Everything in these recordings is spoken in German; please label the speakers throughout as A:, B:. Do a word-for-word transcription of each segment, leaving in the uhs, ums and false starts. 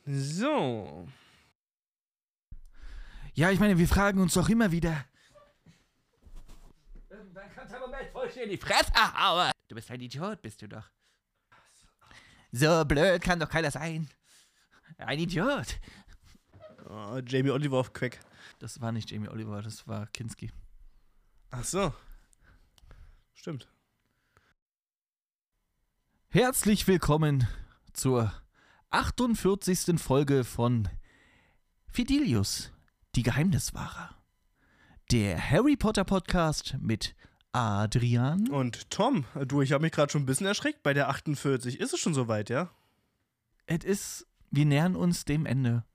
A: So.
B: Ja, ich meine, wir fragen uns doch immer wieder. Irgendwann kommt der Moment, wo ich dir in die Fresse haue. Du bist ein Idiot, bist du doch. So blöd kann doch keiner sein. Ein Idiot.
A: Oh, Jamie Oliver auf Crack.
B: Das war nicht Jamie Oliver, das war Kinski.
A: Ach so. Stimmt.
B: Herzlich willkommen zur achtundvierzigsten Folge von Fidelius, die Geheimniswahrer. Der Harry Potter Podcast mit Adrian.
A: Und Tom, du, ich habe mich gerade schon ein bisschen erschreckt. Bei der achtundvierzig ist es schon soweit, ja?
B: Es ist, wir nähern uns dem Ende.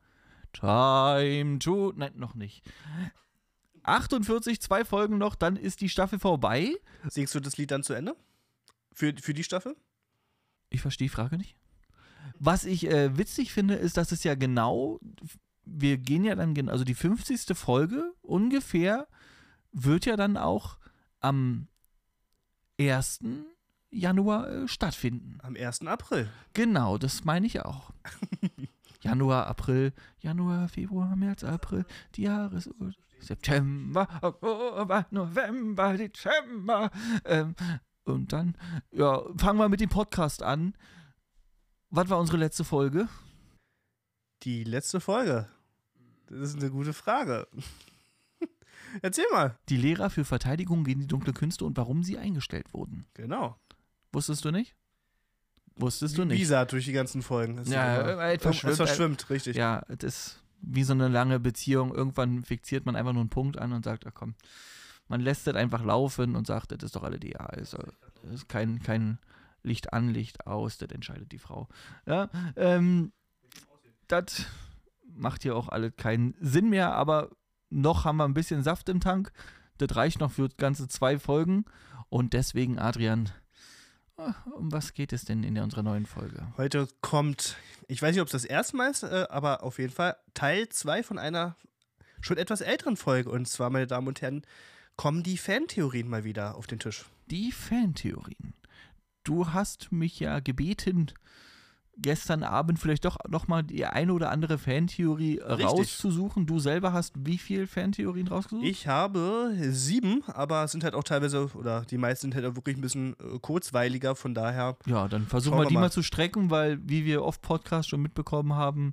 B: Time to, nein, noch nicht. achtundvierzig, zwei Folgen noch, dann ist die Staffel vorbei.
A: Singst du das Lied dann zu Ende? Für, für die Staffel?
B: Ich verstehe die Frage nicht. Was ich äh, witzig finde, ist, dass es ja genau, wir gehen ja dann, gen- also die fünfzigste Folge ungefähr wird ja dann auch am ersten Januar äh, stattfinden.
A: Am ersten April.
B: Genau, das meine ich auch. Januar, April, Januar, Februar, März, April, die Jahres... September, Oktober, November, Dezember. Ähm, und dann, ja, fangen wir mit dem Podcast an. Was war unsere letzte Folge?
A: Die letzte Folge. Das ist eine gute Frage. Erzähl mal.
B: Die Lehrer für Verteidigung gegen die dunkle Künste und warum sie eingestellt wurden.
A: Genau.
B: Wusstest du nicht? Wusstest du nicht?
A: Visa durch die ganzen Folgen. Das ist
B: Ja,
A: immer-
B: äh, etwas
A: es
B: schwimmt,
A: verschwimmt, richtig.
B: Ja, es ist wie so eine lange Beziehung. Irgendwann fixiert man einfach nur einen Punkt an und sagt, ach komm, man lässt das einfach laufen und sagt, das ist doch alle ideal. Also, das ist kein, kein Licht an, Licht aus, das entscheidet die Frau. Ja, ähm, das macht hier auch alles keinen Sinn mehr, aber noch haben wir ein bisschen Saft im Tank. Das reicht noch für ganze zwei Folgen und deswegen, Adrian, um was geht es denn in der, unserer neuen Folge?
A: Heute kommt, ich weiß nicht, ob es das erste Mal ist, äh, aber auf jeden Fall Teil zwei von einer schon etwas älteren Folge. Und zwar, meine Damen und Herren, kommen die Fantheorien mal wieder auf den Tisch.
B: Die Fantheorien. Du hast mich ja gebeten, gestern Abend vielleicht doch nochmal die eine oder andere Fantheorie
A: Richtig.
B: rauszusuchen. Du selber hast wie viele Fantheorien rausgesucht?
A: Ich habe sieben, aber es sind halt auch teilweise, oder die meisten sind halt auch wirklich ein bisschen äh, kurzweiliger, von daher.
B: Ja, dann versuchen
A: Schauen
B: wir
A: wir
B: die
A: mal.
B: mal zu strecken, weil, wie wir oft Podcast schon mitbekommen haben,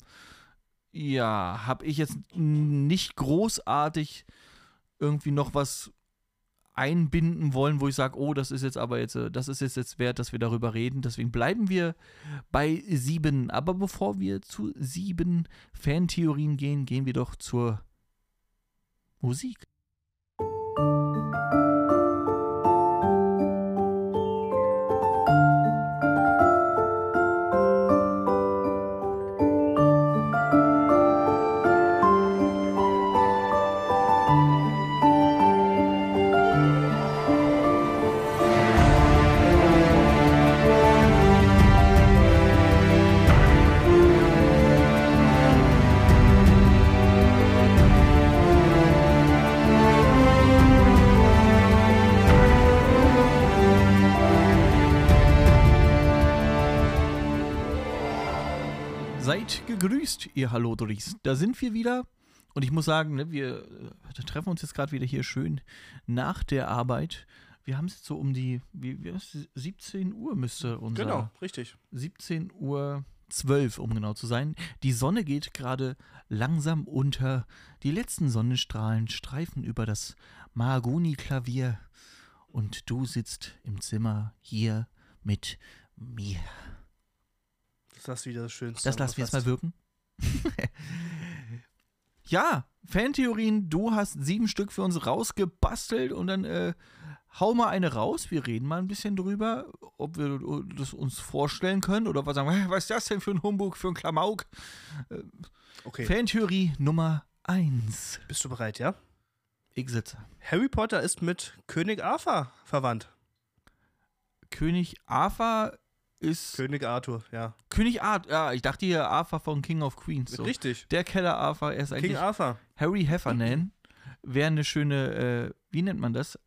B: ja, habe ich jetzt nicht großartig irgendwie noch was einbinden wollen, wo ich sage, oh, das ist jetzt aber jetzt, äh, das ist jetzt, jetzt wert, dass wir darüber reden. Deswegen bleiben wir bei sieben. Aber bevor wir zu sieben Fantheorien gehen, gehen wir doch zur Musik. Seid gegrüßt, ihr Hallodris. Da sind wir wieder. Und ich muss sagen, ne, wir äh, treffen uns jetzt gerade wieder hier schön nach der Arbeit. Wir haben es jetzt so um die, wie, wie ist es? siebzehn Uhr müsste unser...
A: Genau, richtig.
B: siebzehn Uhr zwölf, um genau zu sein. Die Sonne geht gerade langsam unter. Die letzten Sonnenstrahlen streifen über das Mahagoni-Klavier. Und du sitzt im Zimmer hier mit mir.
A: Das hast du wieder schön
B: Das lassen wir jetzt mal wirken. Ja, Fantheorien, du hast sieben Stück für uns rausgebastelt und dann äh, hau mal eine raus. Wir reden mal ein bisschen drüber, ob wir das uns vorstellen können oder was sagen wir, was ist das denn für ein Humbug, für ein Klamauk? Äh,
A: Okay,
B: Fantheorie Nummer eins.
A: bist du bereit, ja?
B: Ich sitze.
A: Harry Potter ist mit König Arthur verwandt.
B: König Arthur ist...
A: König Arthur, ja.
B: König Arthur, ja, ich dachte hier Arthur von King of Queens. So.
A: Richtig.
B: Der Keller Arthur, er ist eigentlich...
A: King Arthur.
B: Harry Heffernan wäre eine schöne, äh, wie nennt man das?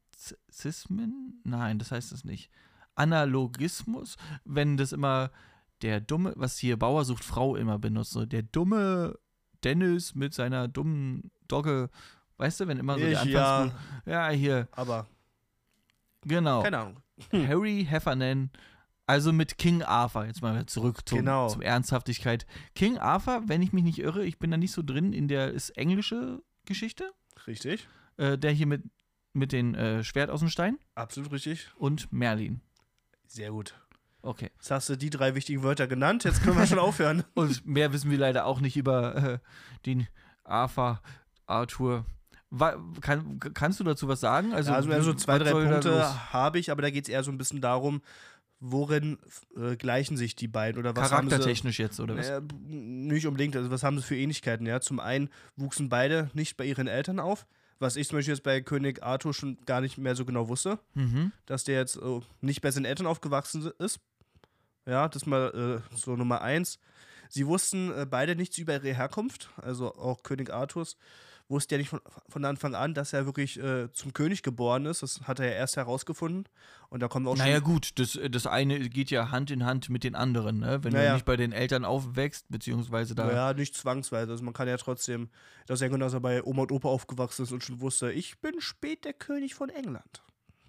B: Anglizismen? Nein, das heißt es nicht. Analogismus, wenn das immer der dumme, was hier Bauer sucht Frau immer benutzt, so der dumme Dennis mit seiner dummen Dogge, weißt du, wenn immer so
A: Ich,
B: der Anfangs... Ja,
A: ja,
B: hier,
A: aber
B: genau.
A: keine Ahnung.
B: Harry Heffernan, also mit King Arthur, jetzt mal zurück zum,
A: Genau.
B: zum Ernsthaftigkeit. King Arthur, wenn ich mich nicht irre, ich bin da nicht so drin, in der ist englische Geschichte,
A: Richtig.
B: äh, der hier mit, mit dem äh, Schwert aus dem Stein
A: Absolut richtig.
B: und Merlin.
A: Sehr gut.
B: Okay.
A: Jetzt hast du die drei wichtigen Wörter genannt, jetzt können wir schon aufhören.
B: Und mehr wissen wir leider auch nicht über äh, den Arthur, Arthur. Wa kann, kannst du dazu was sagen? Also,
A: Ja, also, also zwei,
B: was
A: drei
B: soll da los?
A: Punkte habe ich, aber da geht es eher so ein bisschen darum, worin äh, gleichen sich die beiden oder was haben sie.
B: Charaktertechnisch jetzt, oder was?
A: Äh, nicht unbedingt, also was haben sie für Ähnlichkeiten, ja? Zum einen wuchsen beide nicht bei ihren Eltern auf, was ich zum Beispiel jetzt bei König Arthur schon gar nicht mehr so genau wusste,
B: Mhm.
A: dass der jetzt äh, nicht bei seinen Eltern aufgewachsen ist. Ja, das mal äh, so Nummer eins. Sie wussten äh, beide nichts über ihre Herkunft, also auch König Arthurs wusste ja nicht von, von Anfang an, dass er wirklich äh, zum König geboren ist. Das hat er ja erst herausgefunden. Und da kommen wir auch
B: Naja
A: schon.
B: gut, das, das eine geht ja Hand in Hand mit den anderen, ne? Wenn
A: Naja.
B: du nicht bei den Eltern aufwächst, beziehungsweise da...
A: Ja, nicht zwangsweise. Also man kann ja trotzdem, das sagen können, dass er bei Oma und Opa aufgewachsen ist und schon wusste, ich bin spät der König von England.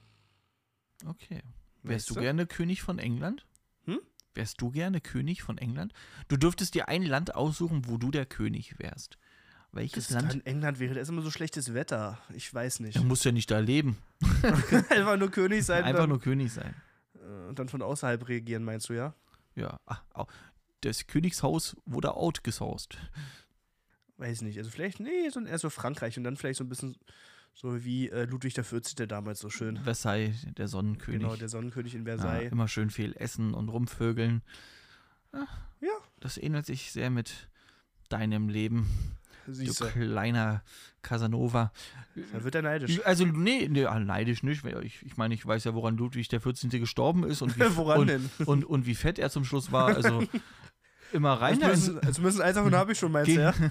B: Okay. Wärst
A: Weißt
B: du
A: du?
B: gerne König von England?
A: Hm?
B: Wärst du gerne König von England? Du dürftest dir ein Land aussuchen, wo du der König wärst. Welches
A: Das
B: Land?
A: dann England wäre, da ist immer so schlechtes Wetter. Ich weiß nicht.
B: Du musst ja nicht da leben.
A: Einfach nur König sein
B: Einfach
A: dann,
B: nur König sein.
A: äh, und dann von außerhalb regieren, meinst du, ja?
B: Ja. Ach, au. Das Königshaus wurde outgesourced.
A: Weiß nicht. Also vielleicht, nee, so eher so Frankreich und dann vielleicht so ein bisschen so wie äh, Ludwig der vierzehnte. damals so schön.
B: Versailles, der Sonnenkönig.
A: Genau, der Sonnenkönig in
B: ja,
A: Versailles.
B: immer schön viel essen und rumvögeln. Ah,
A: Ja.
B: Das ähnelt sich sehr mit deinem Leben,
A: Siehst
B: du
A: du,
B: kleiner Casanova.
A: da wird er neidisch.
B: Also, nee, nee ah, neidisch nicht. weil Ich, ich meine, ich weiß ja, woran Ludwig der vierzehnte. gestorben ist und wie,
A: Woran
B: und,
A: denn?
B: und, und wie fett er zum Schluss war. Also, immer rein.
A: Jetzt müssen, jetzt müssen eins davon habe ich schon, meinst du, ja?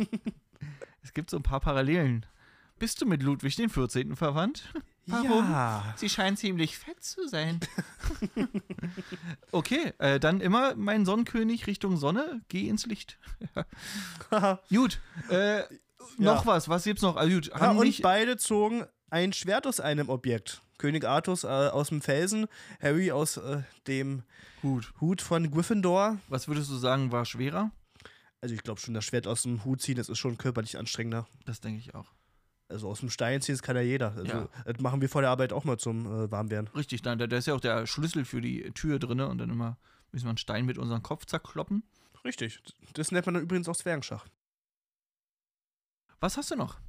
B: Es gibt so ein paar Parallelen. Bist du mit Ludwig den vierzehnten. verwandt? Warum?
A: Ja.
B: Sie scheint ziemlich fett zu sein. Okay, äh, dann immer mein Sonnenkönig Richtung Sonne. Geh ins Licht. Gut. Äh, noch was. Was gibt's noch? Ah, gut.
A: Ja,
B: Haben
A: und
B: nicht,
A: beide zogen ein Schwert aus einem Objekt. König Arthur äh, aus dem Felsen, Harry aus äh, dem
B: gut.
A: Hut von Gryffindor.
B: Was würdest du sagen, war schwerer?
A: Also ich glaube schon, das Schwert aus dem Hut ziehen, das ist schon körperlich anstrengender.
B: Das denke ich auch.
A: Also aus dem Stein ziehen, das kann ja jeder. Also
B: Ja.
A: das machen wir vor der Arbeit auch mal zum äh, Warmwerden.
B: Richtig, da, da ist ja auch der Schlüssel für die Tür drin und dann immer müssen wir einen Stein mit unserem Kopf zerkloppen.
A: Richtig. Das nennt man dann übrigens auch Zwergenschach.
B: Was hast du noch?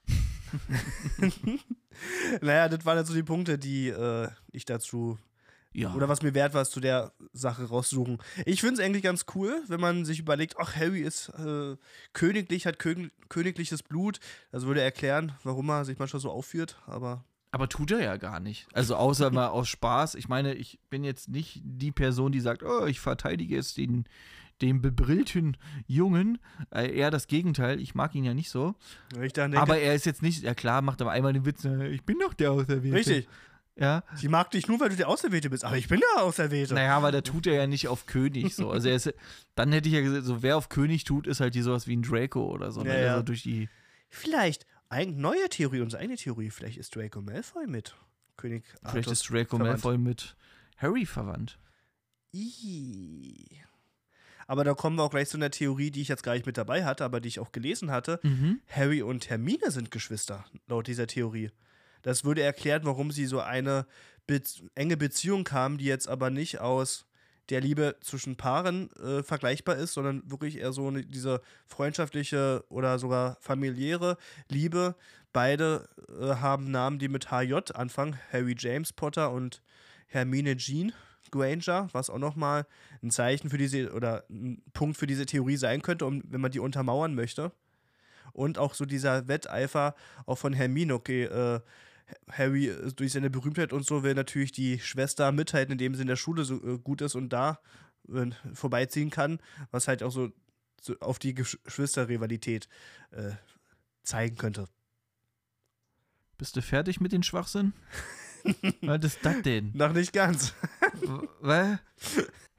A: Naja, das waren jetzt so die Punkte, die äh, ich dazu,
B: Ja.
A: oder was mir wert war, zu der Sache raussuchen. Ich finde es eigentlich ganz cool, wenn man sich überlegt, ach, Harry ist äh, königlich, hat kön königliches Blut. Das würde erklären, warum er sich manchmal so aufführt, aber
B: Aber tut er ja gar nicht. Also außer mal aus Spaß. Ich meine, ich bin jetzt nicht die Person, die sagt, oh, ich verteidige jetzt den, den bebrillten Jungen. Äh, eher das Gegenteil. Ich mag ihn ja nicht so.
A: wenn ich dann denke,
B: Aber er ist jetzt nicht, ja klar, macht aber einmal den Witz, äh, ich bin doch der Auserwählte.
A: richtig,
B: Ja.
A: sie mag dich nur, weil du der Auserwählte bist, aber ich bin der Auserwählte.
B: Naja, aber da tut er ja nicht auf König so. Also er ist, dann hätte ich ja gesagt, so wer auf König tut, ist halt die sowas wie ein Draco oder so.
A: Ja,
B: ne?
A: ja.
B: Also durch die.
A: Vielleicht, eine neue Theorie, unsere eigene Theorie, vielleicht ist Draco Malfoy mit König
B: Vielleicht
A: Arthurs
B: ist Draco
A: verwandt.
B: Malfoy mit Harry verwandt.
A: Ih. Aber da kommen wir auch gleich zu einer Theorie, die ich jetzt gar nicht mit dabei hatte, aber die ich auch gelesen hatte.
B: Mhm.
A: Harry und Hermine sind Geschwister, laut dieser Theorie. Das würde erklären, warum sie so eine be enge Beziehung haben, die jetzt aber nicht aus der Liebe zwischen Paaren äh, vergleichbar ist, sondern wirklich eher so eine, diese freundschaftliche oder sogar familiäre Liebe. Beide äh, haben Namen, die mit H J anfangen. Harry James Potter und Hermine Jean Granger, was auch nochmal ein Zeichen für diese oder ein Punkt für diese Theorie sein könnte, um, wenn man die untermauern möchte. Und auch so dieser Wetteifer auch von Hermine, okay, äh, Harry äh, durch seine Berühmtheit und so will natürlich die Schwester mithalten, indem sie in der Schule so äh, gut ist und da äh, vorbeiziehen kann, was halt auch so, so auf die Geschwisterrivalität äh, zeigen könnte.
B: Bist du fertig mit den Schwachsinn? Was ist das denn?
A: Noch nicht ganz.
B: Weil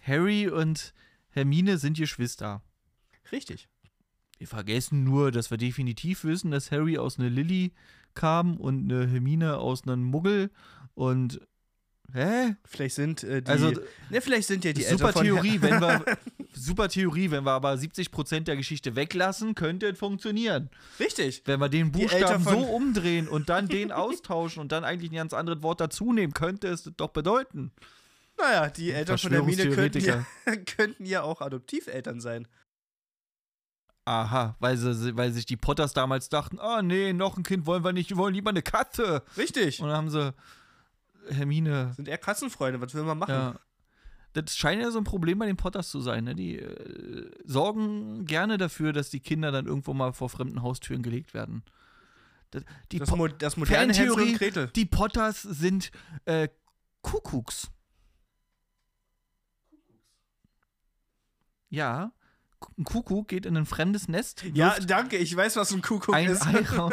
B: Harry und Hermine sind Geschwister.
A: Richtig.
B: Wir vergessen nur, dass wir definitiv wissen, dass Harry aus einer Lilly kam und eine Hermine aus einem Muggel und hä?
A: Vielleicht sind äh, die.
B: Also,
A: ne, vielleicht sind ja die
B: super
A: Eltern von
B: Theorie, wenn wir super Theorie, wenn wir aber siebzig Prozent der Geschichte weglassen, könnte es funktionieren.
A: Richtig.
B: Wenn wir den
A: Die Eltern
B: Buchstaben
A: von-
B: so umdrehen und dann den austauschen und dann eigentlich ein ganz anderes Wort dazu nehmen, könnte es das doch bedeuten.
A: Naja, die Eltern von Hermine könnten ja,
B: Verschwörungstheoretiker.
A: könnten ja auch Adoptiveltern sein.
B: Aha, weil, sie, weil sich die Potters damals dachten, ah nee, noch ein Kind wollen wir nicht, wir wollen lieber eine Katze.
A: Richtig.
B: Und dann haben sie Hermine.
A: Sind eher Katzenfreunde, was will man machen?
B: Ja. Das scheint ja so ein Problem bei den Potters zu sein. Ne? Die äh, sorgen gerne dafür, dass die Kinder dann irgendwo mal vor fremden Haustüren gelegt werden. Das, die,
A: Das,
B: Po-
A: mo das moderne Hänsel
B: Fantheorie,
A: und Gretel.
B: die Potters sind äh, Kuckucks. Ja, ein Kuckuck geht in ein fremdes Nest,
A: Ja,
B: wirft
A: danke, ich weiß, was ein Kuckuck
B: ein
A: ist.
B: Ei raus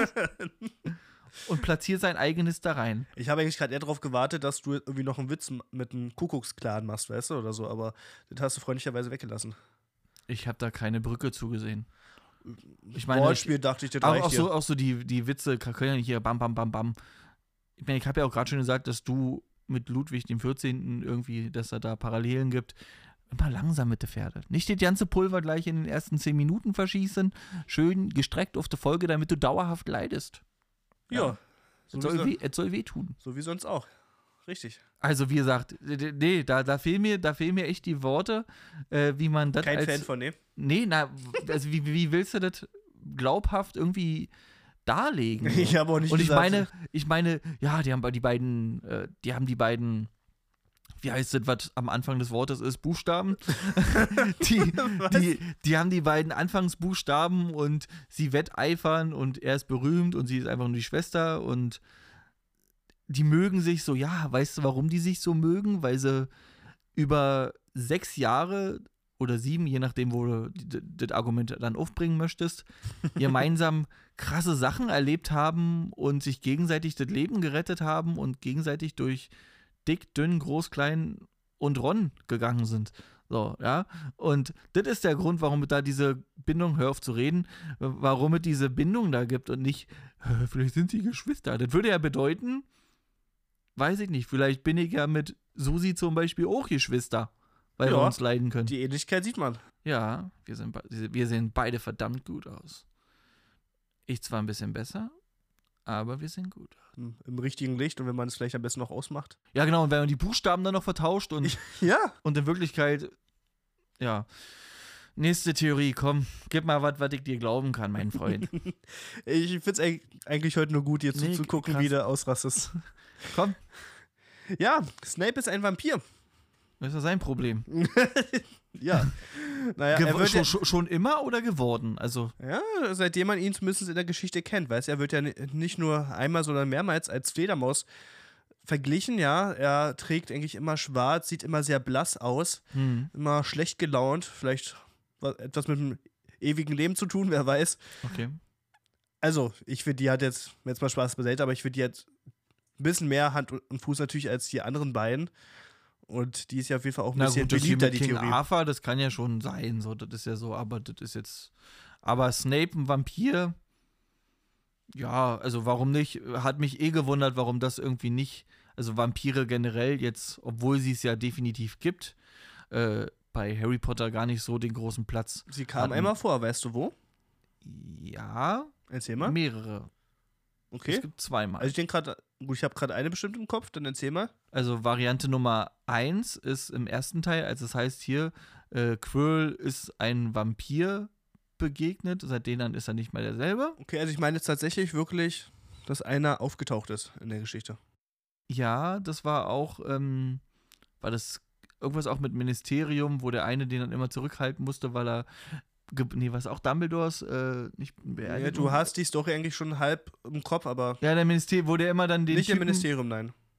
B: und platziert sein eigenes da rein.
A: Ich habe eigentlich gerade eher darauf gewartet, dass du irgendwie noch einen Witz mit einem Kuckucksklan machst, weißt du, oder so, aber das hast du freundlicherweise weggelassen.
B: Ich habe da keine Brücke zugesehen. Ich meine,
A: Wortspiel dachte ich, das
B: auch,
A: reicht
B: auch
A: dir.
B: so, auch so die, die Witze können ja nicht hier bam, bam, bam, bam. Ich meine, ich habe ja auch gerade schon gesagt, dass du mit Ludwig dem vierzehnten irgendwie, dass er da Parallelen gibt. Immer langsam mit der Pferde. Nicht das ganze Pulver gleich in den ersten zehn Minuten verschießen. Schön gestreckt auf die Folge, damit du dauerhaft leidest.
A: Ja, so
B: Es
A: wie,
B: soll,
A: so,
B: weh, es soll wehtun.
A: so wie sonst auch. Richtig.
B: Also, wie gesagt, nee, da, da, fehlen mir, da fehlen mir echt die Worte, äh, wie man das
A: Kein
B: als...
A: Fan von dem.
B: Nee, na, also wie, wie willst du das glaubhaft irgendwie darlegen?
A: Ich habe auch nicht
B: Und ich
A: gesagt.
B: meine, ich meine, ja, die haben die beiden, äh, die haben die beiden, wie heißt das, was am Anfang des Wortes ist, Buchstaben. die, die, die haben die beiden Anfangsbuchstaben und sie wetteifern und er ist berühmt und sie ist einfach nur die Schwester und die mögen sich so, ja, weißt du, warum die sich so mögen? Weil sie über sechs Jahre oder sieben, je nachdem, wo du d- das Argument dann aufbringen möchtest, gemeinsam krasse Sachen erlebt haben und sich gegenseitig das Leben gerettet haben und gegenseitig durch dick, dünn, groß, klein und Ron gegangen sind. So, ja. Und das ist der Grund, warum es da diese Bindung, hör auf zu reden, warum es diese Bindung da gibt und nicht, äh, vielleicht sind sie Geschwister. Das würde ja bedeuten, weiß ich nicht, vielleicht bin ich ja mit Susi zum Beispiel auch Geschwister, weil
A: Ja,
B: wir uns leiden können.
A: Die Ähnlichkeit sieht man.
B: Ja, wir, sind, be- wir sehen beide verdammt gut aus. Ich zwar ein bisschen besser, aber wir sehen gut aus.
A: Im, Im richtigen Licht und wenn man es vielleicht am besten noch ausmacht.
B: Ja, genau, und wenn man die Buchstaben dann noch vertauscht und,
A: Ja.
B: und in Wirklichkeit, ja. Nächste Theorie, komm, gib mal was, was ich dir glauben kann, mein Freund.
A: Ich finde es eigentlich heute nur gut, dir
B: Nee,
A: zuzugucken,
B: krass.
A: wie du ausrastest.
B: Komm,
A: Ja, Snape ist ein Vampir.
B: das ist ja sein Problem.
A: Ja. Naja, er
B: Gew
A: wird
B: schon,
A: ja,
B: schon- schon immer oder geworden? Also,
A: ja, seitdem man ihn zumindest in der Geschichte kennt, weißt du, er wird ja ni- nicht nur einmal, sondern mehrmals als Fledermaus verglichen, ja. Er trägt eigentlich immer schwarz, sieht immer sehr blass aus,
B: hm,
A: immer schlecht gelaunt, vielleicht wa- etwas mit dem ewigen Leben zu tun, wer weiß.
B: okay.
A: Also, ich finde, die hat jetzt, jetzt mal Spaß beiseite, aber ich finde, die hat ein bisschen mehr Hand und Fuß natürlich als die anderen beiden. Und die ist ja auf jeden Fall auch ein
B: Na
A: bisschen
B: gut, das hier
A: beliebter,
B: mit
A: die
B: King
A: Theorie.
B: Arthur, das kann ja schon sein, so, das ist ja so, aber das ist jetzt, aber Snape, ein Vampir, ja, also warum nicht, hat mich eh gewundert, warum das irgendwie nicht, also Vampire generell jetzt, obwohl sie es ja definitiv gibt, äh, bei Harry Potter gar nicht so den großen Platz.
A: Sie kam
B: hatten.
A: einmal vor, weißt du wo?
B: Ja,
A: Erzähl mal.
B: mehrere.
A: Okay.
B: Es gibt zweimal.
A: Also ich denke gerade, gut, ich habe gerade eine bestimmt im Kopf, dann erzähl mal.
B: Also Variante Nummer eins ist im ersten Teil, als es heißt hier, äh, Quirrell ist ein Vampir begegnet, seitdem dann ist er nicht mehr derselbe.
A: Okay, also ich meine jetzt tatsächlich wirklich, dass einer aufgetaucht ist in der Geschichte.
B: Ja, das war auch, ähm, war das irgendwas auch mit Ministerium, wo der eine den dann immer zurückhalten musste, weil er, ge- nee, was auch Dumbledores, äh, nicht
A: Ja,
B: Beerdigung?
A: du hast die Story eigentlich schon halb im Kopf, aber
B: Ja, der Ministerium, wo der immer dann den
A: nicht im
B: Typen,
A: Ministerium, nein.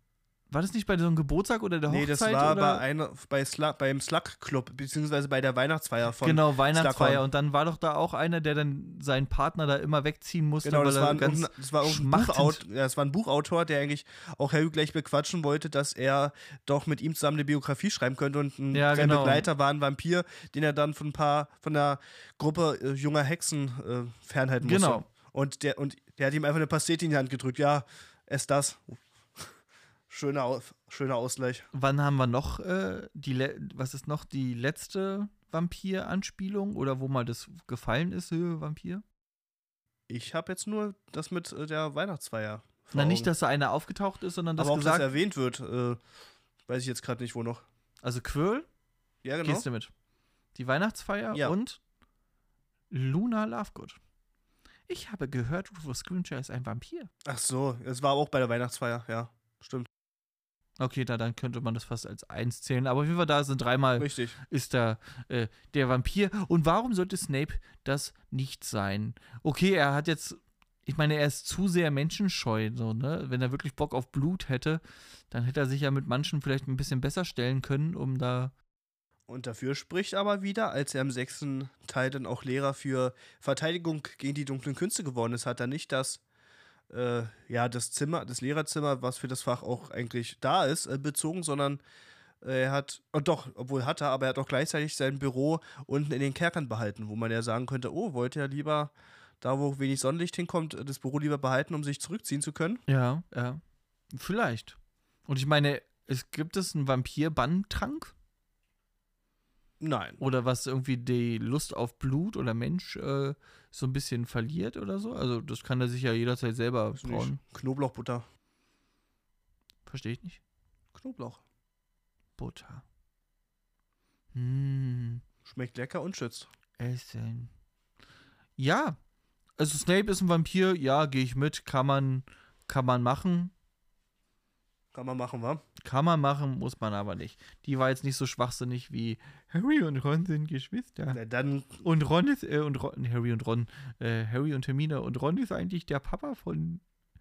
B: War das nicht bei so einem Geburtstag oder der Hochzeit?
A: Nee, das war
B: oder?
A: bei einer, bei Slug, beim Slug-Club, beziehungsweise bei der Weihnachtsfeier von
B: Genau, Weihnachtsfeier.
A: Slughorn.
B: Und dann war doch da auch einer, der dann seinen Partner da immer wegziehen musste,
A: Genau,
B: weil
A: das
B: er
A: war, ein,
B: ganz
A: das war irgendein
B: schmachtend-
A: Buchautor, ja, das war ein Buchautor, der eigentlich auch Harry gleich bequatschen wollte, dass er doch mit ihm zusammen eine Biografie schreiben könnte. Und ein,
B: Ja,
A: sein
B: genau.
A: Begleiter war ein Vampir, den er dann von ein paar von einer Gruppe äh, junger Hexen äh, fernhalten musste.
B: Genau.
A: Und der, und der hat ihm einfach eine Pastete in die Hand gedrückt. Ja, ess das. Schöner, Au- schöner Ausgleich.
B: Wann haben wir noch äh, die le- was ist noch die letzte Vampir-Anspielung oder wo mal das gefallen ist, äh, Vampir?
A: Ich habe jetzt nur das mit äh, der Weihnachtsfeier. vor
B: Na, nicht,
A: Augen.
B: dass da einer aufgetaucht ist, sondern dass
A: Aber auch,
B: gesagt,
A: dass erwähnt wird, äh, weiß ich jetzt gerade nicht, wo noch.
B: also Quirrell,
A: Ja, genau.
B: gehst du mit. Die Weihnachtsfeier
A: Ja.
B: und Luna Lovegood. Ich habe gehört, Rufus Scrimgeour ist ein Vampir.
A: Ach so, es war auch bei der Weihnachtsfeier, ja. Stimmt.
B: Okay, da dann könnte man das fast als eins zählen. Aber auf jeden Fall, da sind dreimal
A: Richtig.
B: ist da äh, der Vampir. Und warum sollte Snape das nicht sein? Okay, er hat jetzt, ich meine, er ist zu sehr menschenscheu, so, ne? Wenn er wirklich Bock auf Blut hätte, dann hätte er sich ja mit manchen vielleicht ein bisschen besser stellen können, um da.
A: Und dafür spricht aber wieder, als er im sechsten Teil dann auch Lehrer für Verteidigung gegen die dunklen Künste geworden ist, hat er nicht das, äh, ja, das Zimmer, das Lehrerzimmer, was für das Fach auch eigentlich da ist, äh, bezogen, sondern äh, er hat, und doch, obwohl hat er, aber er hat auch gleichzeitig sein Büro unten in den Kerkern behalten, wo man ja sagen könnte, oh, wollte er lieber da, wo wenig Sonnenlicht hinkommt, das Büro lieber behalten, um sich zurückziehen zu können?
B: Ja, ja. Vielleicht. Und ich meine, es gibt es einen Vampir-Banntrank?
A: Nein.
B: Oder was irgendwie die Lust auf Blut oder Mensch äh, so ein bisschen verliert oder so? Also, das kann er sich ja jederzeit selber
A: Weiß nicht.
B: brauen.
A: Knoblauchbutter.
B: Verstehe ich nicht.
A: Knoblauch.
B: Butter. Hm,
A: Schmeckt lecker und schützt.
B: Essen. Ja. Also, Snape ist ein Vampir. Ja, gehe ich mit. Kann man, kann man machen.
A: Kann man machen, wa?
B: Kann man machen, muss man aber nicht. Die war jetzt nicht so schwachsinnig wie Harry und Ron sind Geschwister.
A: Na, dann
B: Und Ron ist, äh, und Ron, Harry und Ron, äh, Harry und Hermine und Ron ist eigentlich der Papa von.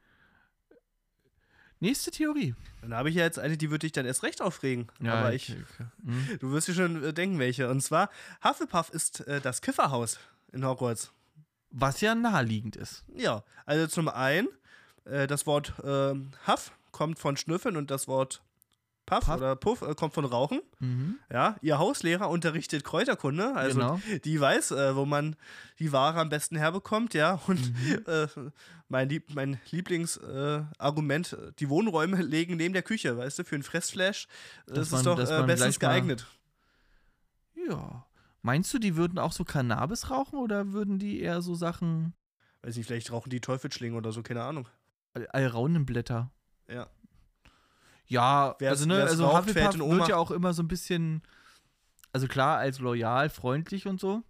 B: Nächste Theorie.
A: Dann habe ich ja jetzt eine, die würde dich dann erst recht aufregen. Aber ich,
B: okay, okay. Hm.
A: du wirst dir schon äh, denken, welche. Und zwar, Hufflepuff ist äh, das Kifferhaus in Hogwarts.
B: Was ja naheliegend ist.
A: Ja, also zum einen, äh, das Wort äh, Huff kommt von Schnüffeln und das Wort Puff,
B: Puff.
A: oder Puff äh, kommt von Rauchen.
B: Mhm.
A: Ja, ihr Hauslehrer unterrichtet Kräuterkunde, also
B: Genau.
A: die weiß, äh, wo man die Ware am besten herbekommt, ja. Und
B: Mhm.
A: äh, mein, Lieb mein Lieblingsargument, äh, die Wohnräume legen neben der Küche, weißt du, für ein Fressflash. Äh,
B: Dass
A: das
B: man-
A: ist doch
B: dass
A: äh,
B: man
A: bestens
B: gleich mal-
A: geeignet.
B: Ja. Meinst du, die würden auch so Cannabis rauchen oder würden die eher so Sachen.
A: Weiß nicht, vielleicht rauchen die Teufelsschlingen oder so, keine Ahnung.
B: Al- Alraunenblätter?
A: Ja.
B: Ja,
A: Wer's-
B: also, ne,
A: wer's
B: also
A: raucht, fährt
B: Hufflepuff
A: in Oma.
B: wird ja auch immer so ein bisschen, also klar, als loyal, freundlich und so,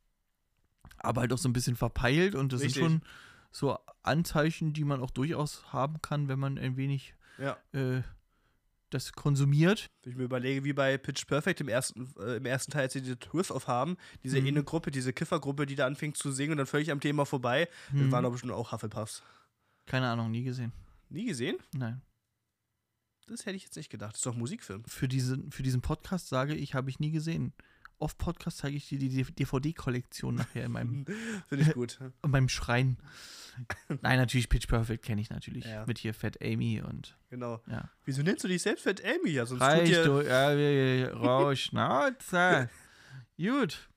B: aber halt auch so ein bisschen verpeilt und das
A: Richtig.
B: sind schon so Anzeichen, die man auch durchaus haben kann, wenn man ein wenig
A: Ja.
B: äh, das konsumiert.
A: Wenn ich mir überlege, wie bei Pitch Perfect im ersten, äh, im ersten Teil, als sie diese Twist of haben, diese
B: Mhm.
A: eine Gruppe, diese Kiffergruppe, die da anfängt zu singen und dann völlig am Thema vorbei, das
B: Hm.
A: waren doch bestimmt auch Hufflepuffs.
B: Keine Ahnung, nie gesehen.
A: Nie gesehen?
B: Nein.
A: Das hätte ich jetzt nicht gedacht. Das ist doch ein Musikfilm.
B: Für, diese, für diesen Podcast sage ich, habe ich nie gesehen. Auf Podcast zeige ich dir die D V D-Kollektion nachher in meinem,
A: Finde ich gut.
B: in meinem Schrein. Nein, natürlich Pitch Perfect kenne ich natürlich.
A: Ja.
B: Mit hier Fat Amy und
A: Genau.
B: ja.
A: Wieso nennst du dich selbst Fat Amy? Ja, sonst tut
B: Reicht
A: dir...
B: du, ja, ja, ja, rau Schnauze. Gut.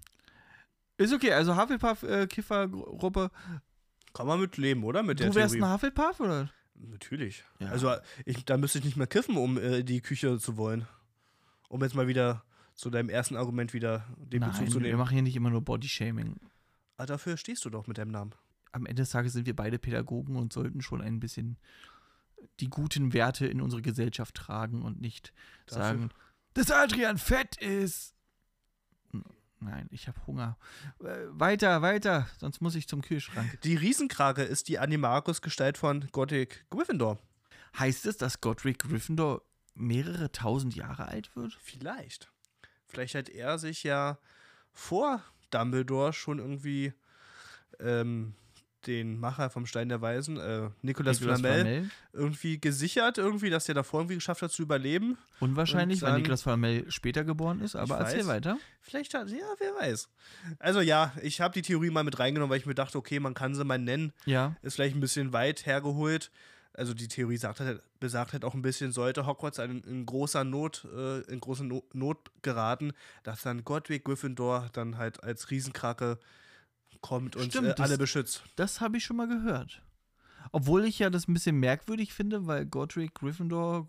B: Ist okay, also Hufflepuff-Kiffergruppe.
A: Kann man mit leben, oder? Mit der
B: Du wärst
A: Theorie.
B: ein Hufflepuff, oder?
A: Natürlich.
B: Ja.
A: Also, ich, da müsste ich nicht mehr kiffen, um äh, in die Küche zu wollen. Um jetzt mal wieder zu deinem ersten Argument wieder den Bezug
B: Nein,
A: zu
B: wir
A: nehmen.
B: machen hier nicht immer nur Bodyshaming.
A: Ah, dafür stehst du doch mit deinem Namen.
B: Am Ende des Tages sind wir beide Pädagogen und sollten schon ein bisschen die guten Werte in unsere Gesellschaft tragen und nicht
A: Dafür-
B: sagen, dass Adrian fett ist. N- Nein, ich habe Hunger. Äh, weiter, weiter, sonst muss ich zum Kühlschrank.
A: Die Riesenkrake ist die Animagus-Gestalt von Godric Gryffindor.
B: Heißt es, dass Godric Gryffindor mehrere tausend Jahre alt wird?
A: Vielleicht. Vielleicht hat er sich ja vor Dumbledore schon irgendwie ähm, den Macher vom Stein der Weisen, äh, Nicolas,
B: Nicolas
A: Flamel,
B: Flamel.
A: irgendwie gesichert, irgendwie, dass der davor irgendwie geschafft hat zu überleben.
B: Unwahrscheinlich,
A: Und
B: weil
A: dann-
B: Nicolas Flamel später geboren ist, aber
A: Ich
B: erzähl
A: weiß.
B: weiter.
A: Vielleicht hat, ja, wer weiß. Also ja, ich habe die Theorie mal mit reingenommen, weil ich mir dachte, okay, man kann sie mal nennen.
B: Ja.
A: Ist vielleicht ein bisschen weit hergeholt. Also die Theorie sagt halt, besagt halt auch ein bisschen, sollte Hogwarts in, in großer Not, äh, in große no Not geraten, dass dann Godric Gryffindor dann halt als Riesenkrake kommt und
B: Stimmt,
A: äh, alle
B: das-
A: beschützt.
B: Das habe ich schon mal gehört. Obwohl ich ja das ein bisschen merkwürdig finde, weil Godric Gryffindor,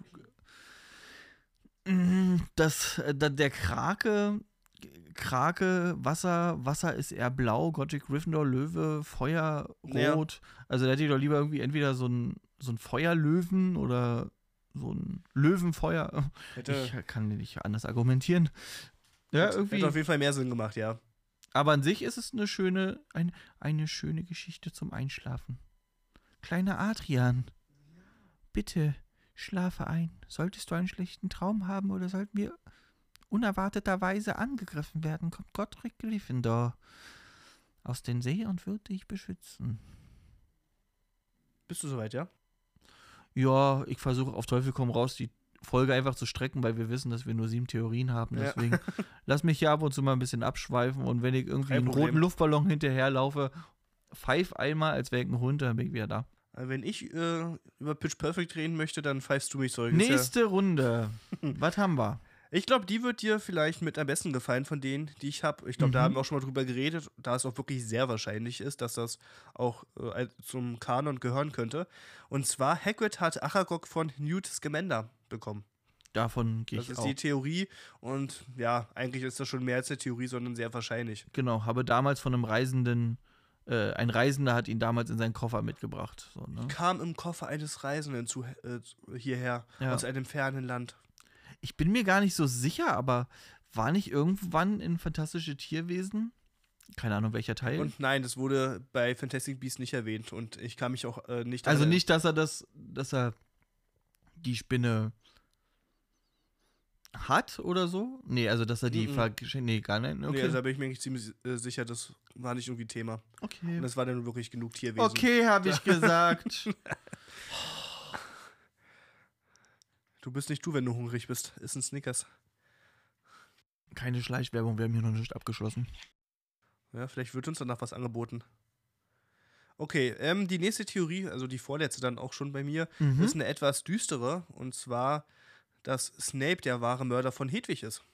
B: mm, das, äh, da- der Krake, Krake, Wasser, Wasser ist eher blau, Godric Gryffindor, Löwe, Feuer,
A: Ja.
B: rot. Also da hätte ich doch lieber irgendwie entweder so ein, so ein Feuerlöwen oder so ein Löwenfeuer.
A: Hätte,
B: Ich kann nicht anders argumentieren. Ja,
A: hätte
B: irgendwie.
A: auf jeden Fall mehr Sinn gemacht, ja.
B: Aber an sich ist es eine schöne, ein, eine schöne Geschichte zum Einschlafen. Kleiner Adrian, bitte schlafe ein. Solltest du einen schlechten Traum haben oder sollten wir unerwarteterweise angegriffen werden, kommt Godric Gryffindor aus den See und wird dich beschützen.
A: Bist du soweit, ja?
B: Ja, ich versuche auf Teufel komm raus, die Folge einfach zu strecken, weil wir wissen, dass wir nur sieben Theorien haben.
A: Ja.
B: Deswegen lass mich hier ab und zu mal ein bisschen abschweifen und wenn ich irgendwie
A: Kein
B: einen
A: Problem.
B: roten Luftballon hinterherlaufe, pfeif einmal, als wäre ich ein Hund, dann bin ich wieder da.
A: Also wenn ich äh, über Pitch Perfect reden möchte, dann pfeifst du mich zurück. Ist ja,
B: Nächste Runde. Was haben wir?
A: ich glaube, die wird dir vielleicht mit am besten gefallen von denen, die ich habe. Ich glaube, da
B: Mhm.
A: haben wir auch schon mal drüber geredet, da es auch wirklich sehr wahrscheinlich ist, dass das auch äh, zum Kanon gehören könnte. Und zwar, Hagrid hat Aragog von Newt Scamander bekommen.
B: Davon gehe
A: Das
B: ich
A: ist
B: auch.
A: die Theorie und ja, eigentlich ist das schon mehr als eine Theorie, sondern sehr wahrscheinlich.
B: Genau, habe damals von einem Reisenden, äh, ein Reisender hat ihn damals in seinen Koffer mitgebracht. So, ne?
A: Kam im Koffer eines Reisenden zu, äh, hierher,
B: Ja.
A: aus einem fernen Land.
B: Ich bin mir gar nicht so sicher, aber war nicht irgendwann in Fantastische Tierwesen? Keine Ahnung, welcher Teil.
A: Und nein, das wurde bei Fantastic Beasts nicht erwähnt und ich kann mich auch äh, nicht
B: also
A: daran-
B: nicht, dass er das, dass er die Spinne hat oder so? Nee, also dass er die
A: Mhm.
B: vergeschenkt. Nee, gar nicht.
A: Nee,
B: Okay.
A: also da bin ich mir eigentlich ziemlich äh, sicher, das war nicht irgendwie Thema.
B: okay.
A: Und das war dann wirklich genug Tierwesen.
B: Okay, habe ich gesagt.
A: Du bist nicht du, wenn du hungrig bist. Ist ein Snickers.
B: Keine Schleichwerbung, wir haben hier noch nicht abgeschlossen.
A: Ja, vielleicht wird uns danach was angeboten. Okay, ähm, die nächste Theorie, also die vorletzte dann auch schon bei mir,
B: Mhm.
A: ist eine etwas düstere. Und zwar, dass Snape der wahre Mörder von Hedwig ist.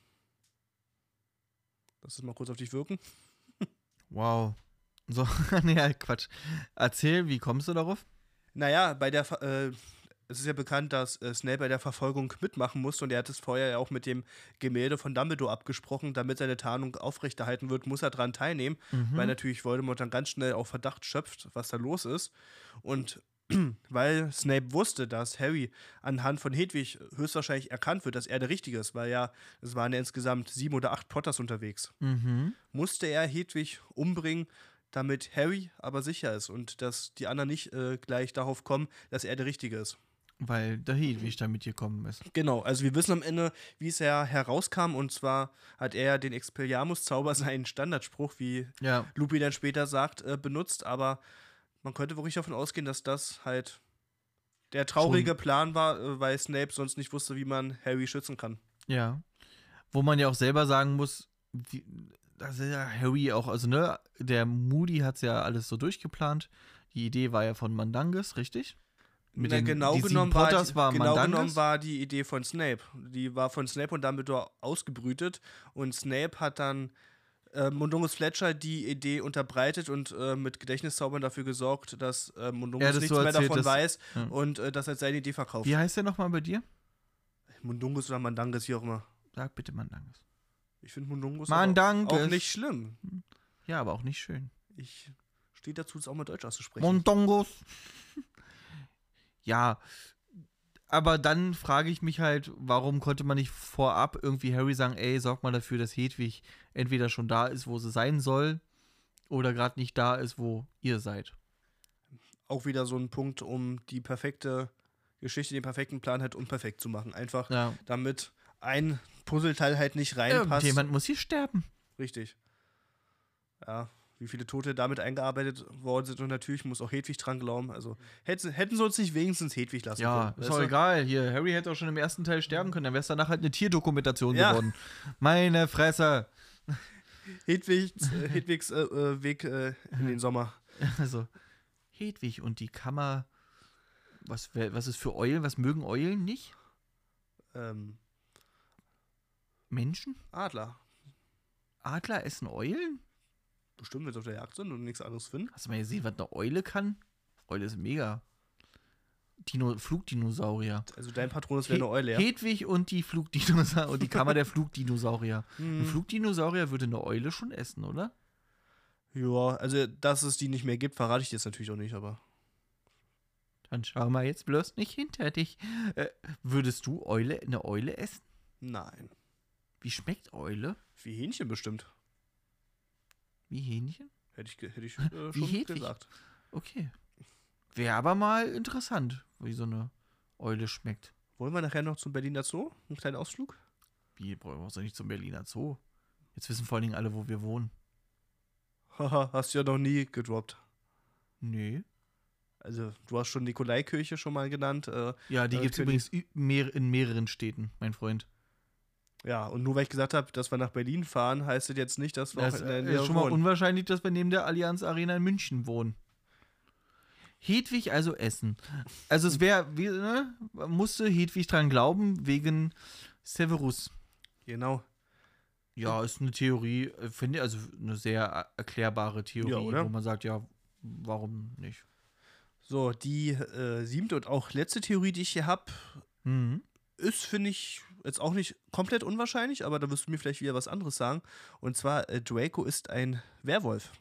A: Lass es mal kurz auf dich wirken.
B: Wow. So, nee, Quatsch. Erzähl, wie kommst du darauf?
A: Naja, bei der, Ver- äh, es ist ja bekannt, dass äh, Snape bei der Verfolgung mitmachen musste und er hat es vorher ja auch mit dem Gemälde von Dumbledore abgesprochen, damit seine Tarnung aufrechterhalten wird, muss er dran teilnehmen,
B: Mhm.
A: weil natürlich Voldemort dann ganz schnell auch Verdacht schöpft, was da los ist. Und weil Snape wusste, dass Harry anhand von Hedwig höchstwahrscheinlich erkannt wird, dass er der Richtige ist, weil ja, es waren ja insgesamt sieben oder acht Potters unterwegs,
B: Mhm.
A: musste er Hedwig umbringen, damit Harry aber sicher ist und dass die anderen nicht äh, gleich darauf kommen, dass er der Richtige ist.
B: Weil der Hedwig da mit dir gekommen ist.
A: Genau, also wir wissen am Ende, wie es ja herauskam, und zwar hat er den Expelliarmus-Zauber, seinen Standardspruch, wie
B: Ja.
A: Lupin dann später sagt, äh, benutzt, aber man könnte wirklich davon ausgehen, dass das halt der traurige
B: Schon-
A: Plan war, äh, weil Snape sonst nicht wusste, wie man Harry schützen kann.
B: Ja. Wo man ja auch selber sagen muss, wie, das ist ja Harry auch, also ne, der Moody hat es ja alles so durchgeplant. Die Idee war ja von Mandanges, richtig? Mit
A: Na,
B: den
A: genau
B: die sieben
A: genommen war,
B: Potters
A: die,
B: war
A: genau
B: Mandanges.
A: genommen war die Idee von Snape. Die war von Snape und Dumbledore ausgebrütet. Und Snape hat dann äh, Mundungus Fletcher die Idee unterbreitet und äh, mit Gedächtniszaubern dafür gesorgt, dass äh, Mundungus
B: Ja, das
A: nichts
B: so
A: mehr
B: erzählt,
A: davon
B: das-
A: weiß
B: ja.
A: und äh, das als seine Idee verkauft.
B: Wie heißt der nochmal bei dir?
A: Mundungus oder Mandanges, wie auch immer.
B: Sag bitte Mandanges.
A: Ich finde Mundungus aber
B: Mandanges.
A: auch nicht schlimm.
B: Ja, aber auch nicht schön.
A: Ich stehe dazu, es auch mal Deutsch auszusprechen.
B: Mondongos. Ja, aber dann frage ich mich halt, warum konnte man nicht vorab irgendwie Harry sagen, ey, sorg mal dafür, dass Hedwig entweder schon da ist, wo sie sein soll, oder gerade nicht da ist, wo ihr seid.
A: Auch wieder so ein Punkt, um die perfekte Geschichte, den perfekten Plan halt unperfekt zu machen. Einfach
B: Ja.
A: damit ein Puzzleteil halt nicht reinpasst.
B: Irgendjemand muss hier sterben.
A: Richtig. Ja, wie viele Tote damit eingearbeitet worden sind. Und natürlich muss auch Hedwig dran glauben. Also hätten, hätten sie uns nicht wenigstens Hedwig lassen
B: Ja,
A: können.
B: ist
A: weißt
B: doch
A: du?
B: egal. Hier, Harry hätte auch schon im ersten Teil sterben können. Dann wäre es danach halt eine Tierdokumentation
A: Ja.
B: geworden. Meine Fresse.
A: Hedwigs, äh, Hedwigs äh, äh, Weg äh, in den Sommer.
B: Also, Hedwig und die Kammer. Was, wär- was ist für Eulen? Was mögen Eulen nicht?
A: Ähm,
B: Menschen?
A: Adler.
B: Adler essen Eulen?
A: Bestimmt, wenn sie auf der Jagd sind und nichts anderes finden.
B: Hast du mal gesehen, was eine Eule kann? Eule ist mega. Dino Flugdinosaurier.
A: Also dein Patronus wäre
B: He-
A: eine Eule, ja.
B: Hedwig und die Flugdinosaurier und die Kammer der Flugdinosaurier. Ein
A: Hm.
B: Flugdinosaurier würde eine Eule schon essen, oder?
A: Ja, also dass es die nicht mehr gibt, verrate ich dir jetzt natürlich auch nicht, aber.
B: Dann schau mal jetzt bloß nicht hinter dich. Äh, würdest du Eule, eine Eule essen?
A: Nein.
B: Wie schmeckt Eule?
A: Wie Hähnchen bestimmt.
B: Wie Hähnchen?
A: Hätte ich, ge- hätte ich äh,
B: Wie
A: schon
B: Hedwig.
A: gesagt.
B: Okay. Wäre aber mal interessant, wie so eine Eule schmeckt.
A: Wollen wir nachher noch zum Berliner Zoo? Einen kleinen Ausflug?
B: Wie, brauchen wir uns doch nicht zum Berliner Zoo? Jetzt wissen vor allen Dingen alle, wo wir wohnen.
A: Haha, hast du ja noch nie gedroppt.
B: Nee.
A: Also, du hast schon Nikolaikirche schon mal genannt. Äh,
B: Ja, die
A: Äh,
B: gibt es
A: König-
B: übrigens ü- mehr, in mehreren Städten, mein Freund.
A: ja, und nur weil ich gesagt habe, dass wir nach Berlin fahren, heißt das jetzt nicht, dass wir
B: Das
A: auch in der
B: äh,
A: Nähe
B: ist schon mal
A: wohnen.
B: unwahrscheinlich, dass wir neben der Allianz Arena in München wohnen. Hedwig also essen. Also es wäre, wie, ne, man musste Hedwig dran glauben, wegen Severus.
A: Genau.
B: Ja, ist eine Theorie, äh, finde ich, also eine sehr er- erklärbare Theorie,
A: Ja, oder?
B: wo man sagt, ja, warum nicht?
A: So, die äh, siebte und auch letzte Theorie, die ich hier habe,
B: Mhm.
A: ist, finde ich, jetzt auch nicht komplett unwahrscheinlich, aber da wirst du mir vielleicht wieder was anderes sagen. Und zwar, äh, Draco ist ein Werwolf.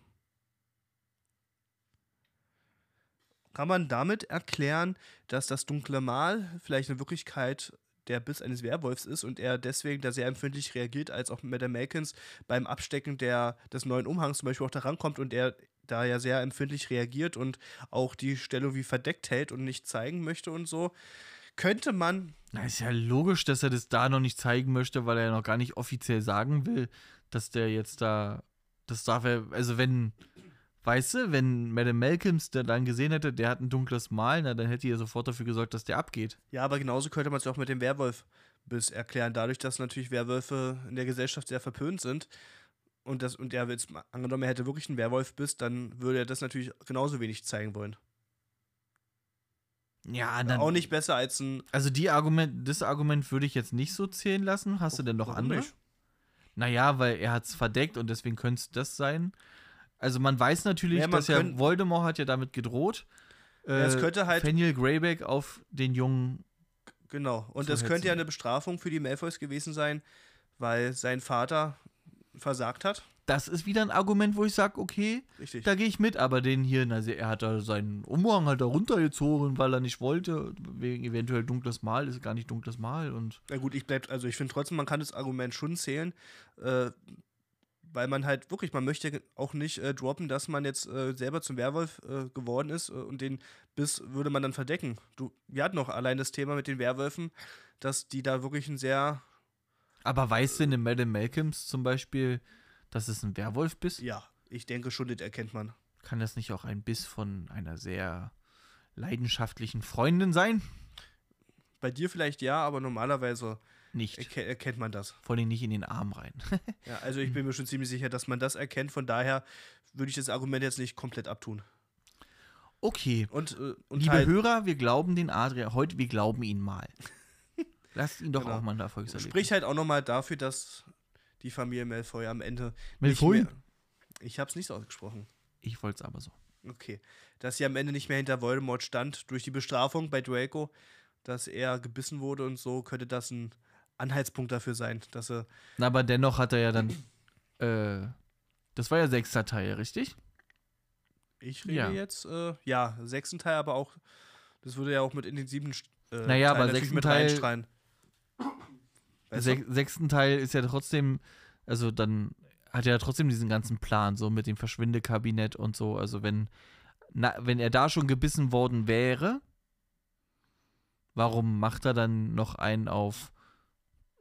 A: Kann man damit erklären, dass das dunkle Mal vielleicht in Wirklichkeit der Biss eines Werwolfs ist und er deswegen da sehr empfindlich reagiert, als auch Madame Malkins beim Abstecken der, des neuen Umhangs zum Beispiel auch da rankommt und er da ja sehr empfindlich reagiert und auch die Stellung wie verdeckt hält und nicht zeigen möchte und so. Könnte man,
B: Na, ist ja logisch, dass er das da noch nicht zeigen möchte, weil er ja noch gar nicht offiziell sagen will, dass der jetzt da, das darf er, also wenn, weißt du, wenn Madame Malkins der dann gesehen hätte, der hat ein dunkles Mal, na, dann hätte er sofort dafür gesorgt, dass der abgeht.
A: ja, aber genauso könnte man es auch mit dem Werwolf-Biss erklären, dadurch, dass natürlich Werwölfe in der Gesellschaft sehr verpönt sind. Und, das, und er jetzt mal angenommen, er hätte wirklich einen Werwolf-Biss, dann würde er das natürlich genauso wenig zeigen wollen.
B: Ja, dann,
A: Auch nicht besser als ein.
B: also die Argument, das Argument würde ich jetzt nicht so zählen lassen. Hast du denn noch
A: Warum
B: andere?
A: nicht?
B: Naja, weil er hat es verdeckt und deswegen könnte es das sein. Also man weiß natürlich,
A: Ja, man
B: dass ja
A: könnt-
B: Voldemort hat ja damit gedroht,
A: Ja, es
B: äh,
A: könnte halt-
B: Fenrir Greyback auf den Jungen.
A: Genau. Und
B: zu
A: das könnte ja
B: hetzen.
A: eine Bestrafung für die Malfoys gewesen sein, weil sein Vater versagt hat.
B: Das ist wieder ein Argument, wo ich sage, okay,
A: Richtig.
B: da gehe ich mit, aber den hier, also er hat da seinen Umhang halt da runtergezogen, weil er nicht wollte, wegen eventuell dunkles Mal, ist gar nicht dunkles Mal und
A: Na gut, ich bleib, also ich finde trotzdem, man kann das Argument schon zählen, äh, weil man halt wirklich, man möchte auch nicht äh, droppen, dass man jetzt äh, selber zum Werwolf äh, geworden ist äh, und den Biss würde man dann verdecken. Du, wir hatten noch allein das Thema mit den Werwölfen, dass die da wirklich ein sehr,
B: aber weißt du in Madame Malkins zum Beispiel, dass es ein Werwolf bist?
A: ja, ich denke schon, das erkennt man.
B: Kann das nicht auch ein Biss von einer sehr leidenschaftlichen Freundin sein?
A: Bei dir vielleicht ja, aber normalerweise
B: Nicht.
A: erke erkennt man das.
B: Vor allem nicht in den Arm rein.
A: Ja, also ich bin mir schon ziemlich sicher, dass man das erkennt, von daher würde ich das Argument jetzt nicht komplett abtun.
B: Okay.
A: Und, äh, und
B: Liebe
A: halt,
B: Hörer, wir glauben den Adrian. Heute, wir glauben ihn mal. Lasst ihn doch
A: Genau.
B: auch mal ein Erfolgserlebnis.
A: spricht halt auch nochmal dafür, dass die Familie Malfoy am Ende
B: Malfoy?
A: nicht mehr, ich habe es nicht so ausgesprochen.
B: Ich wollte es aber so.
A: Okay. Dass sie am Ende nicht mehr hinter Voldemort stand durch die Bestrafung bei Draco, dass er gebissen wurde und so, könnte das ein Anhaltspunkt dafür sein, dass er.
B: Na, aber dennoch hat er ja dann. Äh, das war ja sechster Teil, richtig?
A: Ich rede
B: Ja.
A: jetzt, äh, ja, sechsten Teil, aber auch, das würde ja auch mit in den sieben äh,
B: Naja, aber
A: natürlich
B: sechsten
A: mit
B: Teil-
A: reinstrahlen. Weißt
B: Sech,
A: du?
B: sechsten Teil ist ja trotzdem. Also dann hat er ja trotzdem diesen ganzen Plan, so mit dem Verschwindekabinett und so. Also wenn. Na, wenn er da schon gebissen worden wäre, warum macht er dann noch einen auf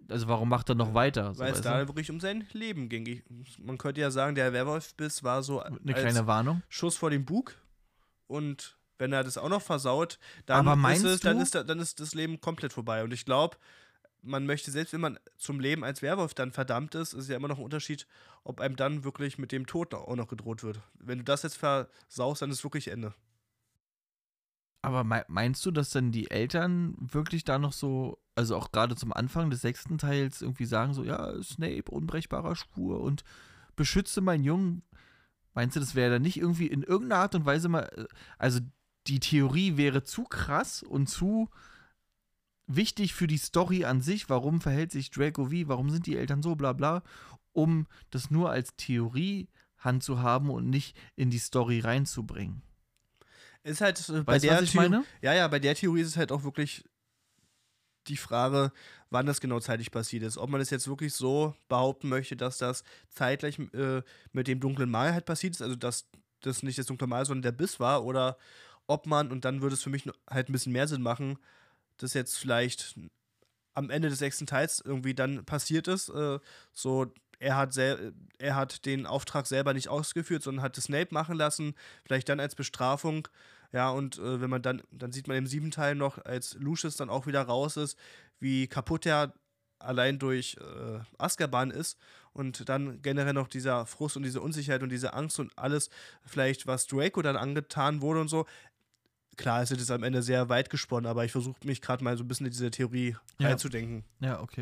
B: Also warum macht er noch weiter? So,
A: Weil es
B: weißt
A: da
B: du?
A: wirklich um sein Leben ging. Ich, man könnte ja sagen, der Werwolf-Biss war so
B: Eine
A: als
B: kleine Warnung.
A: Schuss vor den Bug. Und wenn er das auch noch versaut, dann,
B: Aber
A: ist,
B: meinst
A: es, dann,
B: du-
A: ist, da- dann ist das Leben komplett vorbei. Und ich glaube, man möchte, selbst wenn man zum Leben als Werwolf dann verdammt ist, ist ja immer noch ein Unterschied, ob einem dann wirklich mit dem Tod auch noch gedroht wird. Wenn du das jetzt versaust, dann ist wirklich Ende.
B: Aber mei- meinst du, dass dann die Eltern wirklich da noch so, also auch gerade zum Anfang des sechsten Teils irgendwie sagen so, ja, Snape, unbrechbarer Schwur und beschütze meinen Jungen. Meinst du, das wäre dann nicht irgendwie in irgendeiner Art und Weise mal, äh, also die Theorie wäre zu krass und zu wichtig für die Story an sich, warum verhält sich Draco wie, warum sind die Eltern so, bla bla, um das nur als Theorie handzuhaben und nicht in die Story reinzubringen.
A: Ist halt äh, bei
B: Weißt du,
A: der
B: was ich
A: Theo-
B: meine?
A: Ja, ja, bei der Theorie ist es halt auch wirklich die Frage, wann das genau zeitlich passiert ist. Ob man es jetzt wirklich so behaupten möchte, dass das zeitgleich äh, mit dem dunklen Mal halt passiert ist, also dass das nicht das dunkle Mal, sondern der Biss war, oder ob man, und dann würde es für mich halt ein bisschen mehr Sinn machen, das jetzt vielleicht am Ende des sechsten Teils irgendwie dann passiert ist. Äh, so, er hat, sel er hat den Auftrag selber nicht ausgeführt, sondern hat das Snape machen lassen, vielleicht dann als Bestrafung. Ja, und äh, wenn man dann, dann sieht man im siebten Teil noch, als Lucius dann auch wieder raus ist, wie kaputt er allein durch äh, Azkaban ist und dann generell noch dieser Frust und diese Unsicherheit und diese Angst und alles, vielleicht was Draco dann angetan wurde und so. Klar, es ist jetzt am Ende sehr weit gesponnen, aber ich versuche mich gerade mal so ein bisschen in diese Theorie
B: Ja.
A: reinzudenken.
B: Ja, okay.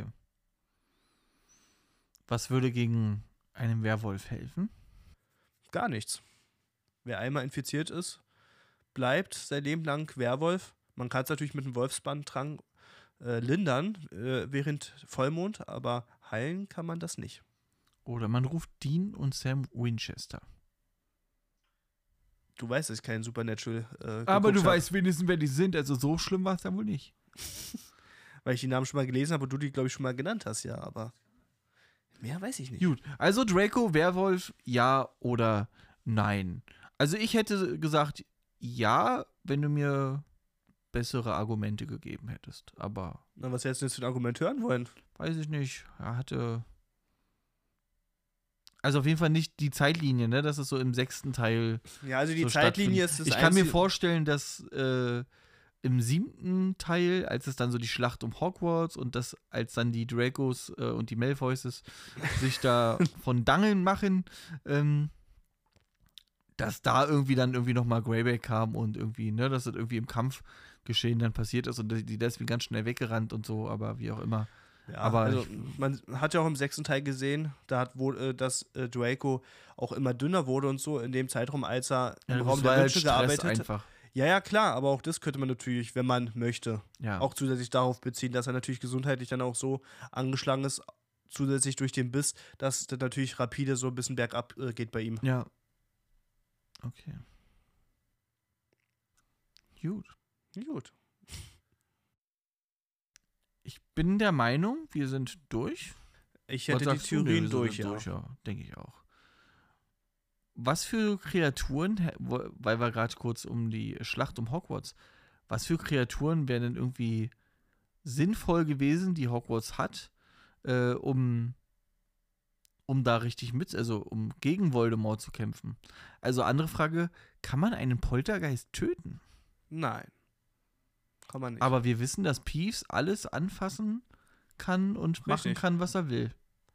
B: Was würde gegen einen Werwolf helfen?
A: Gar nichts. Wer einmal infiziert ist, bleibt sein Leben lang Werwolf. Man kann es natürlich mit einem Wolfsbandtrank äh, lindern äh, während Vollmond, aber heilen kann man das nicht.
B: Oder man ruft Dean und Sam Winchester.
A: Du weißt, dass ich keinen Supernatural äh,
B: Aber du
A: geguckt hab,
B: weißt wenigstens, wer die sind. Also so schlimm war es ja wohl nicht.
A: weil ich die Namen schon mal gelesen habe und du die, glaube ich, schon mal genannt hast, ja, aber mehr weiß ich nicht.
B: Gut, also Draco, Werwolf, ja oder nein. Also ich hätte gesagt, ja, wenn du mir bessere Argumente gegeben hättest. Aber
A: Na, was hättest du jetzt für ein Argument hören wollen?
B: weiß ich nicht. Er hatte. Also auf jeden Fall nicht die Zeitlinie, ne? Das ist so im sechsten Teil.
A: Ja, also die
B: so
A: Zeitlinie
B: stattfindet.
A: ist das
B: Ich kann mir
A: einzige-
B: vorstellen, dass äh, im siebten Teil, als es dann so die Schlacht um Hogwarts und das, als dann die Dracos äh, und die Malfoys sich da von Dangeln machen, ähm, dass da irgendwie dann irgendwie nochmal Greyback kam und irgendwie, ne, dass das irgendwie im Kampfgeschehen dann passiert ist und die deswegen ganz schnell weggerannt und so, aber wie auch immer.
A: Ja,
B: aber
A: also
B: ich-
A: man hat ja auch im sechsten Teil gesehen, da hat wohl, äh, dass äh, Draco auch immer dünner wurde und so in dem Zeitraum, als er im
B: Ja,
A: Raum
B: das
A: der
B: war halt
A: Wünsche
B: Stress
A: gearbeitet hat.
B: einfach.
A: Ja, ja, klar, aber auch das könnte man natürlich, wenn man möchte,
B: Ja.
A: auch zusätzlich darauf beziehen, dass er natürlich gesundheitlich dann auch so angeschlagen ist, zusätzlich durch den Biss, dass das natürlich rapide so ein bisschen bergab äh, geht bei ihm.
B: Ja. Okay. Gut.
A: Gut.
B: Ich bin der Meinung, wir sind durch.
A: Ich
B: Was
A: hätte die
B: sagst du? Nee,
A: Theorien
B: wir sind
A: durch, ja.
B: durch, ja. Denke ich auch. Was für Kreaturen, hä- wo- weil wir gerade kurz um die Schlacht um Hogwarts, was für Kreaturen wären denn irgendwie sinnvoll gewesen, die Hogwarts hat, äh, um, um da richtig mit, also um gegen Voldemort zu kämpfen? Also andere Frage, kann man einen Poltergeist töten?
A: Nein. Kann man nicht.
B: Aber wir wissen, dass Peeves alles anfassen kann und machen
A: Richtig.
B: kann, was er will.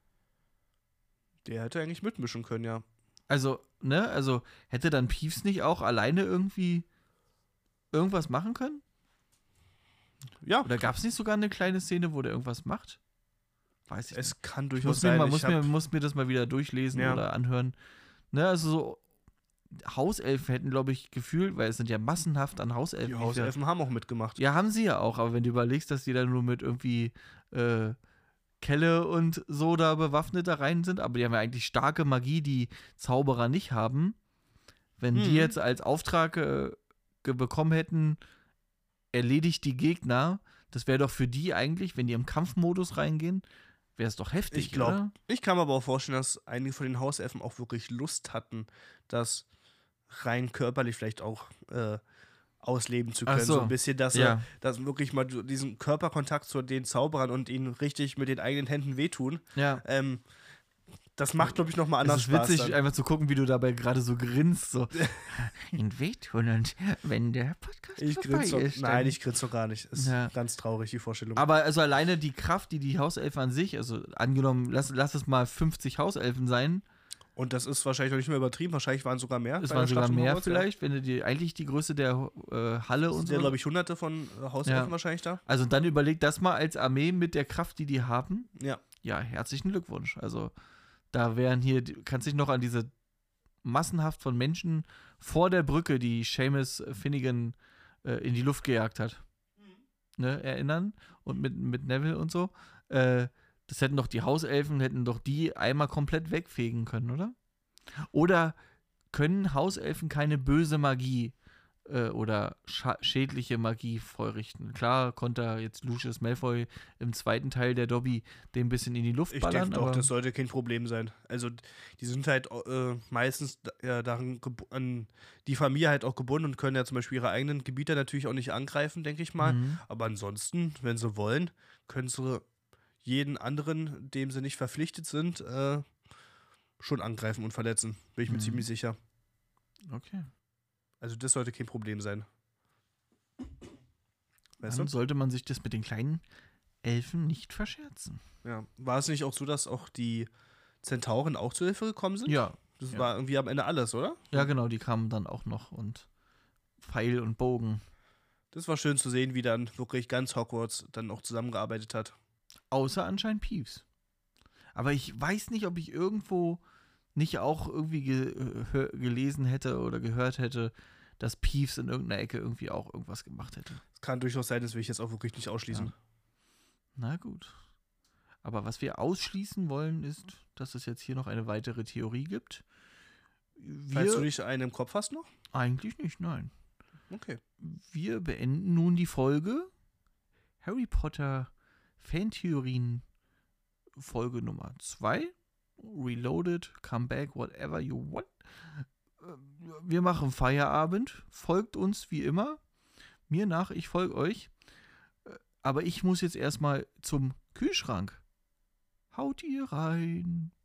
A: Der hätte eigentlich mitmischen können, ja.
B: Also, ne, also hätte dann Peeves nicht auch alleine irgendwie irgendwas machen können?
A: Ja,
B: Oder gab es nicht sogar eine kleine Szene, wo der irgendwas macht? Weiß ich nicht.
A: es kann
B: Ich
A: durchaus
B: muss mir,
A: sein.
B: mal,
A: ich
B: muss,
A: hab,
B: mir, muss mir das mal wieder durchlesen
A: Ja.
B: oder anhören. Ne, also so Hauselfen hätten, glaube ich, gefühlt, weil es sind ja massenhaft an Hauselfen.
A: die
B: wie wir-
A: Hauselfen haben auch mitgemacht.
B: Ja, haben sie ja auch, aber wenn du überlegst, dass die dann nur mit irgendwie äh, Kelle und so da bewaffnet da rein sind, aber die haben ja eigentlich starke Magie, die Zauberer nicht haben. Wenn die
A: Mhm.
B: jetzt als Auftrag äh, ge- bekommen hätten, erledigt die Gegner, das wäre doch für die eigentlich, wenn die im Kampfmodus reingehen, wäre es doch heftig,
A: Ich glaube,
B: oder?
A: ich kann mir aber auch vorstellen, dass einige von den Hauselfen auch wirklich Lust hatten, das rein körperlich vielleicht auch äh, ausleben zu
B: Ach
A: können.
B: so.
A: So ein bisschen, dass
B: Ja.
A: er dass wirklich mal so diesen Körperkontakt zu den Zauberern und ihnen richtig mit den eigenen Händen wehtun.
B: Ja.
A: Ähm, das macht, glaube ich, nochmal
B: Es
A: anders
B: ist
A: Spaß.
B: witzig,
A: Dann.
B: einfach zu gucken, wie du dabei gerade so grinst. So. In wehtun und wenn der Podcast
A: Ich
B: vorbei
A: grinse doch.
B: ist.
A: Nein,
B: dann-
A: ich grinse doch gar nicht. Ist
B: Ja.
A: ganz traurig, die Vorstellung.
B: Aber also alleine die Kraft, die die Hauselfen an sich, also angenommen, lass, lass es mal fünfzig Hauselfen sein,
A: Und das ist wahrscheinlich noch nicht mehr übertrieben. Wahrscheinlich waren es sogar mehr.
B: es
A: bei
B: waren
A: der
B: sogar
A: Schlacht um
B: mehr
A: Hogwarts, ja.
B: vielleicht, wenn du die eigentlich die Größe der äh, Halle
A: Es
B: und
A: sind
B: so.
A: ja, glaube ich, hunderte von äh, Hauselfen
B: Ja.
A: wahrscheinlich da.
B: Also dann überleg das mal als Armee mit der Kraft, die die haben.
A: Ja.
B: Ja, herzlichen Glückwunsch. Also da wären hier, kannst dich noch an diese massenhaft von Menschen vor der Brücke, die Seamus Finnegan äh, in die Luft gejagt hat, ne, erinnern? Und mit, mit Neville und so. Äh, das hätten doch die Hauselfen, hätten doch die einmal komplett wegfegen können, oder? Oder können Hauselfen keine böse Magie äh, oder scha- schädliche Magie vollrichten? Klar konnte er jetzt Lucius Malfoy im zweiten Teil der Dobby den ein bisschen in die Luft
A: Ich
B: ballern,
A: denke doch,
B: aber
A: das sollte kein Problem sein. Also, die sind halt äh, meistens da- ja, daran geb- an die Familie halt auch gebunden und können ja zum Beispiel ihre eigenen Gebiete natürlich auch nicht angreifen, denke ich mal.
B: Mhm.
A: Aber ansonsten, wenn sie wollen, können sie jeden anderen, dem sie nicht verpflichtet sind, äh, schon angreifen und verletzen. Bin ich mir
B: Mhm.
A: ziemlich sicher.
B: Okay.
A: Also, das sollte kein Problem sein. Weißt
B: Dann
A: du?
B: sollte man sich das mit den kleinen Elfen nicht verscherzen.
A: Ja. War es nicht auch so, dass auch die Zentauren auch zur Hilfe gekommen sind?
B: Ja,
A: Das
B: ja.
A: war irgendwie am Ende alles, oder?
B: ja genau, die kamen dann auch noch und Pfeil und Bogen.
A: Das war schön zu sehen, wie dann wirklich ganz Hogwarts dann auch zusammengearbeitet hat.
B: Außer anscheinend Peeves. Aber ich weiß nicht, ob ich irgendwo nicht auch irgendwie ge hör- gelesen hätte oder gehört hätte, dass Peeves in irgendeiner Ecke irgendwie auch irgendwas gemacht hätte.
A: Es kann durchaus sein, das will ich jetzt auch wirklich nicht ausschließen.
B: Ja. Na gut. Aber was wir ausschließen wollen, ist, dass es jetzt hier noch eine weitere Theorie gibt.
A: Falls du
B: Wir,
A: nicht einen im Kopf hast noch?
B: eigentlich nicht, nein.
A: Okay.
B: Wir beenden nun die Folge Harry Potter Fantheorien Folge Nummer zwei. Reloaded, come back, whatever you want. Wir machen Feierabend. Folgt uns wie immer. Mir nach, ich folge euch. Aber ich muss jetzt erstmal zum Kühlschrank. Haut ihr rein.